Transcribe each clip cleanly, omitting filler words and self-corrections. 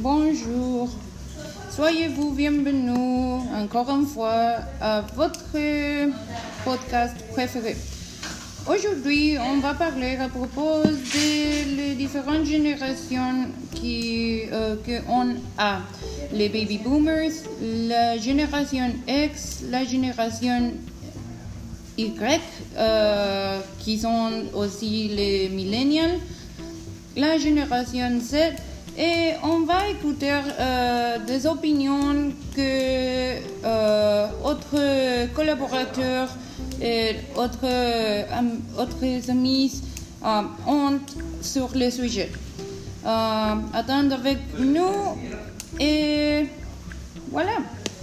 Bonjour, soyez-vous bienvenus encore une fois à votre podcast préféré. Aujourd'hui, on va parler à propos des différentes générations qu'on a. Les baby boomers, la génération X, la génération Y, qui sont aussi les millennials, la génération Z, et on va écouter des opinions que autres collaborateurs et autres amis ont sur le sujet. Attendez avec nous et voilà.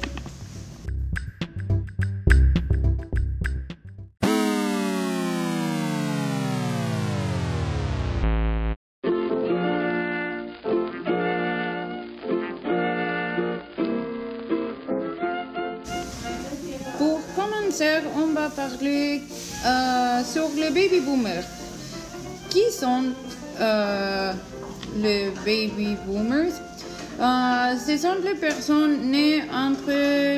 Pour commencer, on va parler sur les baby boomers. Qui sont les baby boomers? Ce sont les personnes nées entre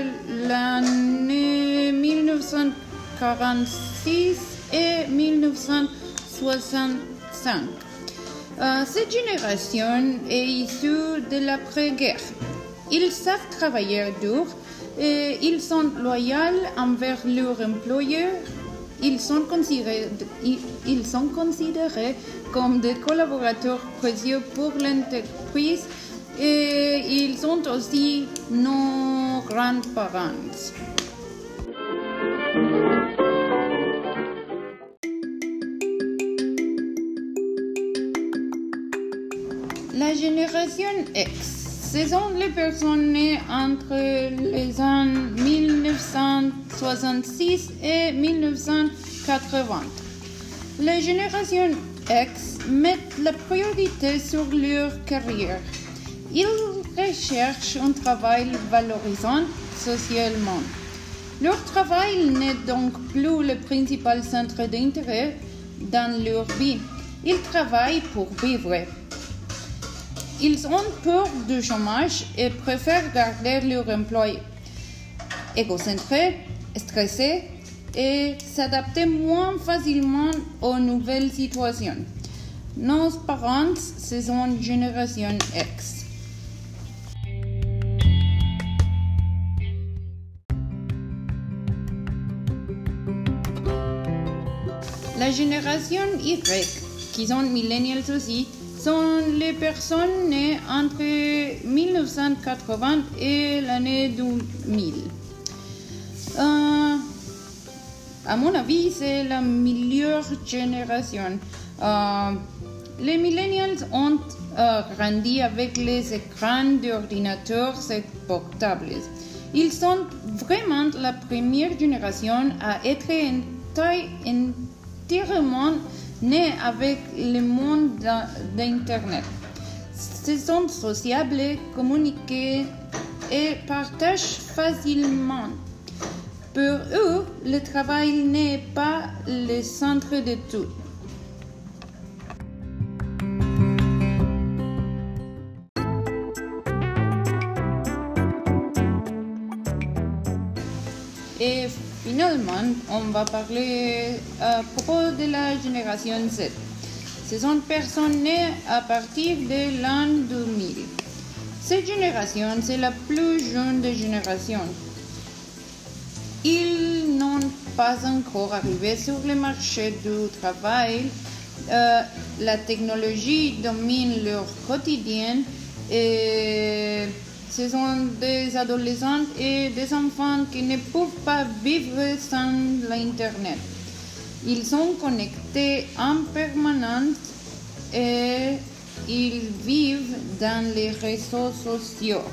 l'année 1946 et 1965. Cette génération est issue de l'après-guerre. Ils savent travailler dur et ils sont loyaux envers leurs employeurs. Ils sont considérés comme des collaborateurs précieux pour l'entreprise et ils sont aussi nos grands-parents. La génération X. Ce sont les personnes nées entre les années 1966 et 1980. La génération X met la priorité sur leur carrière. Ils recherchent un travail valorisant socialement. Leur travail n'est donc plus le principal centre d'intérêt dans leur vie. Ils travaillent pour vivre. Ils ont peur du chômage et préfèrent garder leur emploi. Égocentrés, stressés et s'adapter moins facilement aux nouvelles situations. Nos parents, ce sont génération X. La génération Y, qui sont millennials aussi, sont les personnes nées entre 1980 et l'année 2000. À mon avis, c'est la meilleure génération. Les millennials ont grandi avec les écrans d'ordinateurs et portables. Ils sont vraiment la première génération à être entièrement nés avec le monde d'Internet. Ils sont sociables, communiquent et partagent facilement. Pour eux, le travail n'est pas le centre de tout. Et finalement, on va parler à propos de la génération Z. Ce sont personnes nées à partir de l'an 2000. Cette génération, c'est la plus jeune des générations. Ils n'ont pas encore arrivé sur le marché du travail. La technologie domine leur quotidien et ce sont des adolescents et des enfants qui ne peuvent pas vivre sans l'Internet. Ils sont connectés en permanence et ils vivent dans les réseaux sociaux.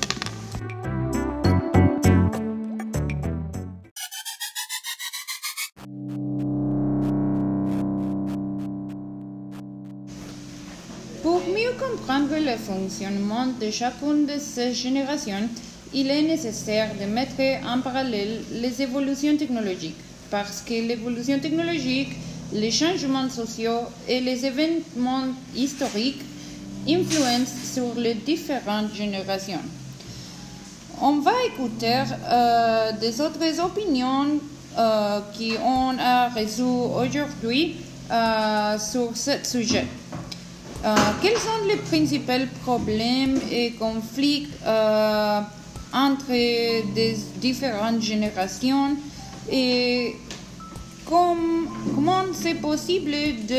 Pour mieux comprendre le fonctionnement de chacune de ces générations, il est nécessaire de mettre en parallèle les évolutions technologiques, parce que l'évolution technologique, les changements sociaux et les événements historiques influence sur les différentes générations. On va écouter des autres opinions qui on a reçues aujourd'hui sur ce sujet. Quels sont les principaux problèmes et conflits entre les différentes générations et comment c'est possible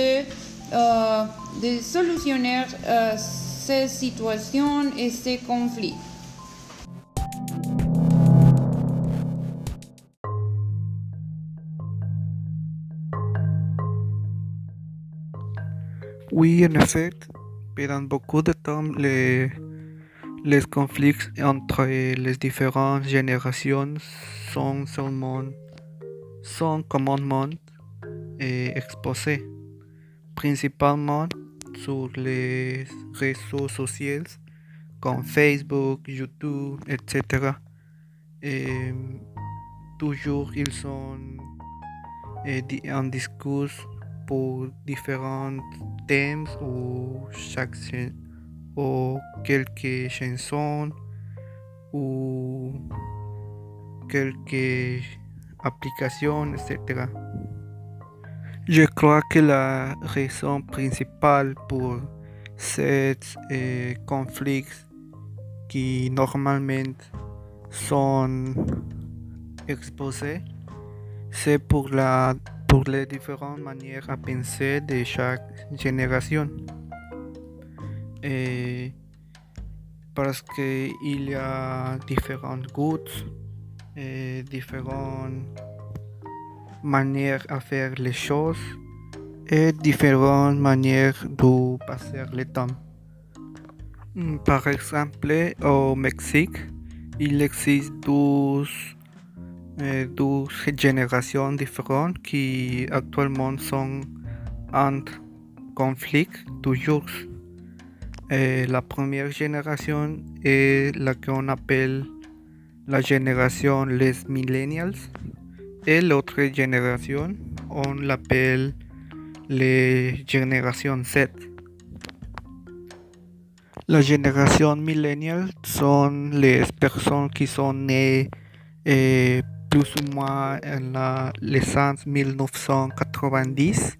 de solutionner ces situations et ces conflits? Oui, en effet, pendant beaucoup de temps, les conflits entre les différentes générations sont communément exposés, principalement sur les réseaux sociaux comme Facebook, YouTube, etc. Et toujours, ils sont en discours pour différents thèmes ou quelques chansons ou quelques applications, etc. Je crois que la raison principale pour ces conflits qui normalement sont exposés, c'est pour les différentes manières à penser de chaque génération. Et parce qu'il y a différents goûts et différentes manières à faire les choses et différentes manières de passer le temps. Par exemple, au Mexique, il existe 12 générations différentes qui actuellement sont en conflit toujours. La première génération est la qu'on appelle la génération les millennials et l'autre génération on l'appelle les générations Z. La génération millennial sont les personnes qui sont nées plus ou moins en les années 1990.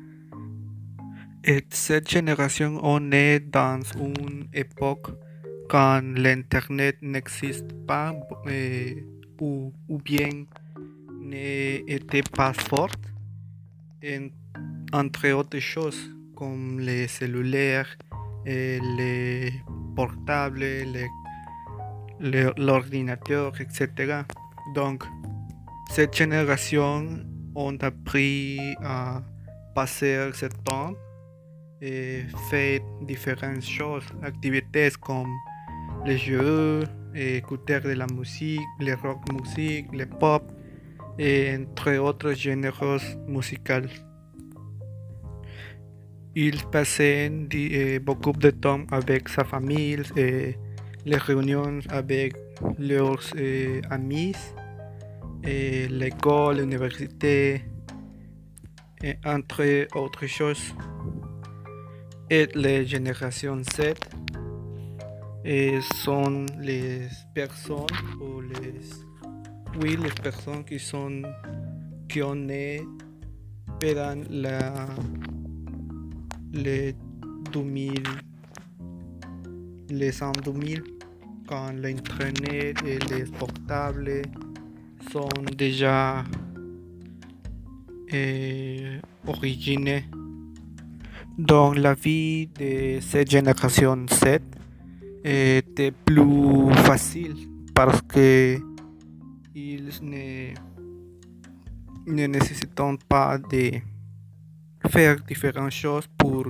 Et cette génération on est dans une époque quand l'internet n'existe pas ou bien n'était pas forte, entre autres choses comme les cellulaires, les portables, l'ordinateur, etc. Donc, cette génération on a appris à passer ce temps et fait différentes choses, activités comme les jeux, écouter de la musique, les rock musique, les pop, et entre autres génères musicaux. Il passait beaucoup de temps avec sa famille, les réunions avec leurs amis, l'école, l'université, entre autres choses. Et les générations Z sont les personnes les personnes qui ont né pendant les 2000, les ans 2000, quand l'internet et les portables sont déjà originés. Donc la vie de cette génération Z était plus facile parce que ils ne nécessitent pas de faire différentes choses pour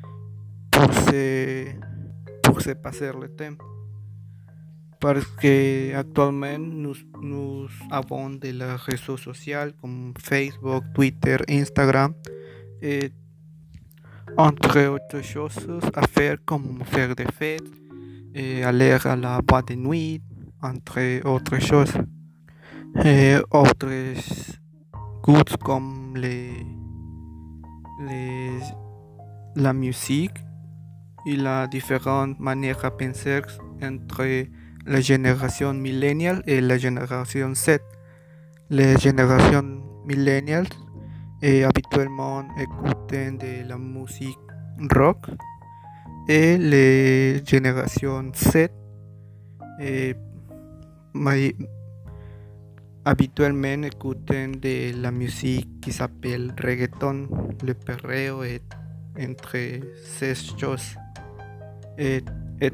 se passer le temps. Parce que actuellement nous avons des réseaux sociaux comme Facebook, Twitter, Instagram, et entre autres choses à faire comme faire des fêtes et aller à la boîte de nuit, entre autres choses. Et autres goûts comme la musique y la différente manière de penser entre la génération millennial et la génération Z. Les générations millennials habituellement écoutent de la musique rock et les générations Z eh, mai- habituellement écoutent de la musique qui s'appelle reggaeton, le perreo et entre ces choses. Et, et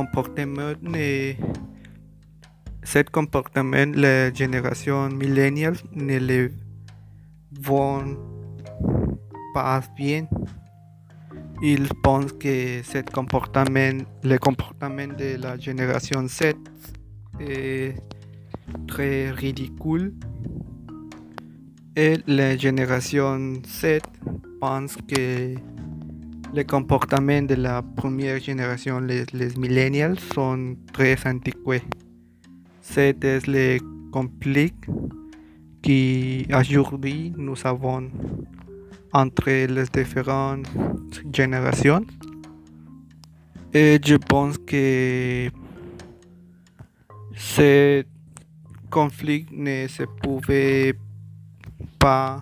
ce comportement, la génération millennial ne le vont pas bien. Ils pensent que le comportement de la génération Z est très ridicule. Et la génération Z pense que le comportement de la première génération, les millennials, sont très antiqués. C'est le conflit qu'aujourd'hui nous avons entre les différentes générations. Et je pense que ce conflit ne se pouvait pas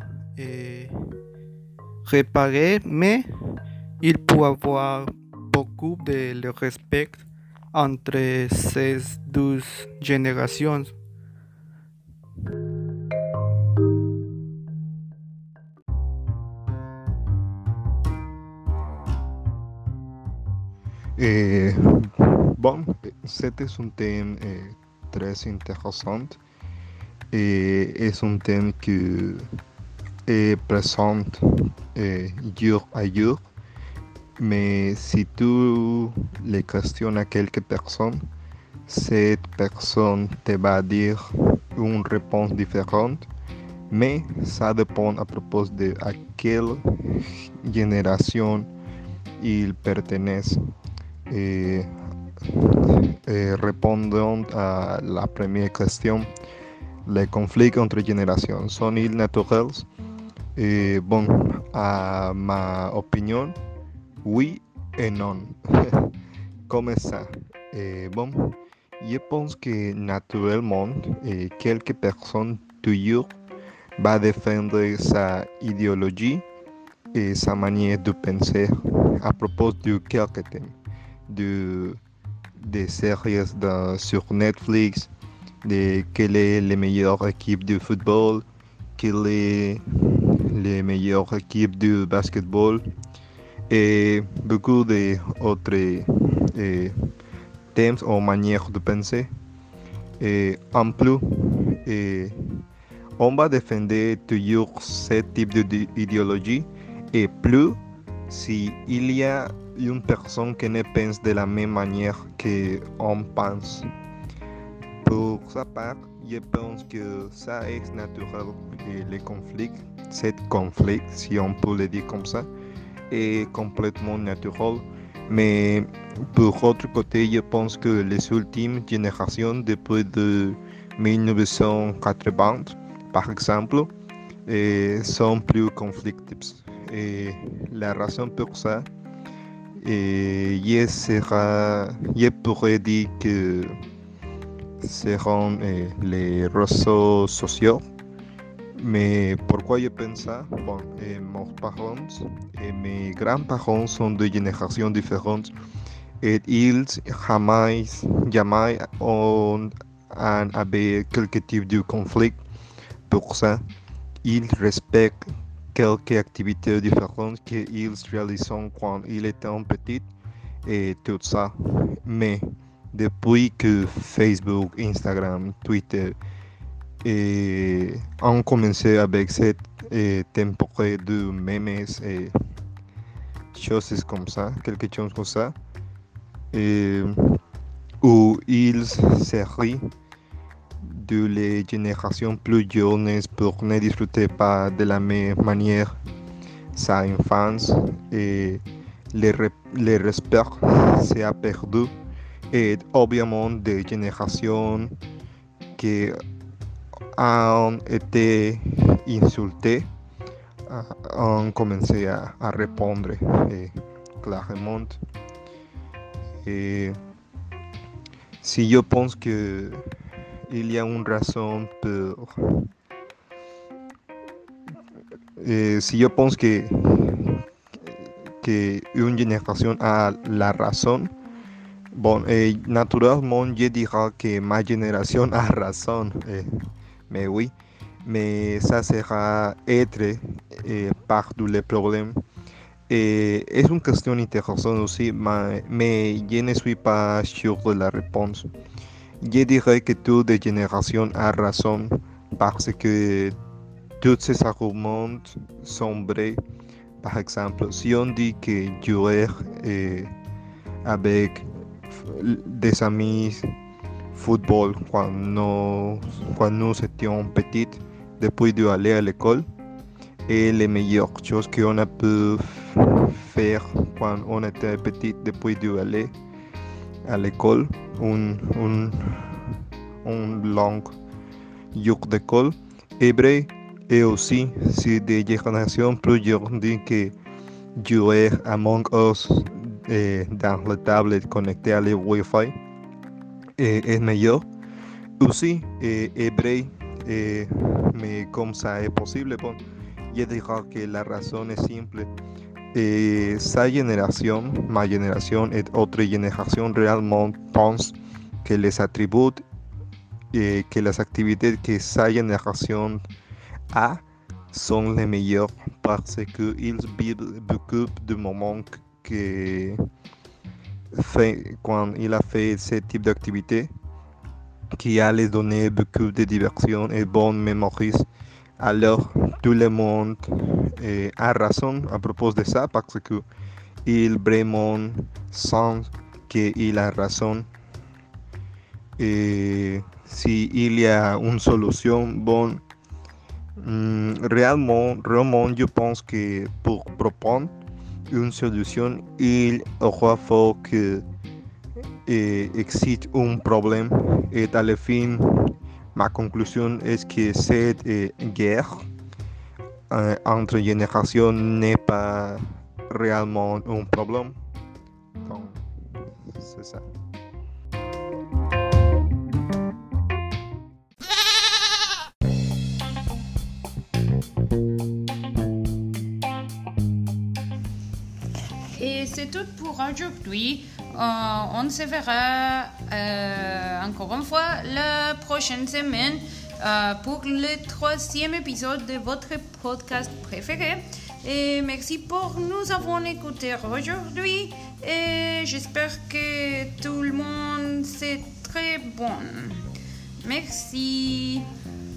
réparer, mais il peut avoir beaucoup de respect entre ces deux générations. Eh, bon, c'était un thème très intéressant et est un thème qui est présent jour à jour. Mais si tu le questionnes à quelque personne, cette personne te va dire une réponse différente, mais ça dépend à propos de à quelle génération il pertenece. Eh, répondant à la première question, les conflits entre générations sont-ils naturels? Bon, à ma opinion, oui et non. Comme ça? Bon, je pense que naturellement, quelques personnes toujours va défendre sa idéologie et sa manière de penser à propos de quelques thèmes, des séries sur Netflix, de quelle est la meilleure équipe de football, quelle est la meilleure équipe de basketball et beaucoup d'autres thèmes ou manières de penser. En plus, on va défendre toujours ce type d'idéologie et plus si il y a une personne qui ne pense de la même manière qu'on pense. Pour sa part, je pense que ça est naturel et le conflit, cet conflit, si on peut le dire comme ça, est complètement naturel. Mais pour autre côté, je pense que les ultimes générations depuis de 1980, par exemple, sont plus conflictives. Et la raison pour ça, je pourrais dire que seront les réseaux sociaux. Mais pourquoi je pense ça? Bon, mes parents et mes grands-parents sont de générations différentes et ils jamais ont avait quelque type de conflit. Pour ça, ils respectent quelques activités différentes qu'ils réalisent quand ils étaient petits et tout ça. Mais depuis que Facebook, Instagram, Twitter ont commencé avec cette temporée de memes et choses comme ça, quelque chose comme ça, où ils se rient de les générations plus jeunes pour ne disfruter pas de la même manière sa enfance et le respect s'est perdu et obviamente des générations qui ont été insultées ont commencé à répondre clairement. si je pense que il y a une raison pour... si je pense que une génération a la razón, bon, naturellement, je dirais que ma génération a raison, mais oui, mais ça sera être partout le problème. Es une question intéressante aussi, mais je ne suis pas sûr de la réponse. Je dirais que toute génération a raison parce que tous ces arguments sont vrais. Par exemple, si on dit que jouer avec des amis football quand nous étions petits, depuis d'aller à l'école, est la meilleure chose qu'on a pu faire quand on était petit depuis d'aller à l'école, un long jour d'école. Et vrai, et aussi, si des générations plus jeunes disent que jouer Among Us dans la tablette connectée à la Wi-Fi est meilleur. Aussi, est vrai, mais comme ça est possible, bon, je dirais que la raison est simple. Sa génération, ma génération et autre génération réellement pense que les attributs et que les activités que sa génération a sont les meilleurs parce qu'ils vivent beaucoup de moments que quand il a fait ce type d'activité qui a les donné beaucoup de diversion et bonnes mémoires. Alors tout le monde a raison à propos de ça parce que il vraiment sent qu'il a raison. Et si il y a une solution bonne, réellement, je pense que pour proposer une solution, il aura fallu que existe un problème. Et à la fin, ma conclusion est que cette guerre entre générations n'est pas réellement un problème. Donc, c'est ça. Et c'est tout pour aujourd'hui. On se verra encore une fois la prochaine semaine pour le 3e épisode de votre podcast préféré. Et merci pour nous avoir écoutés aujourd'hui. Et j'espère que tout le monde c'est très bon. Merci.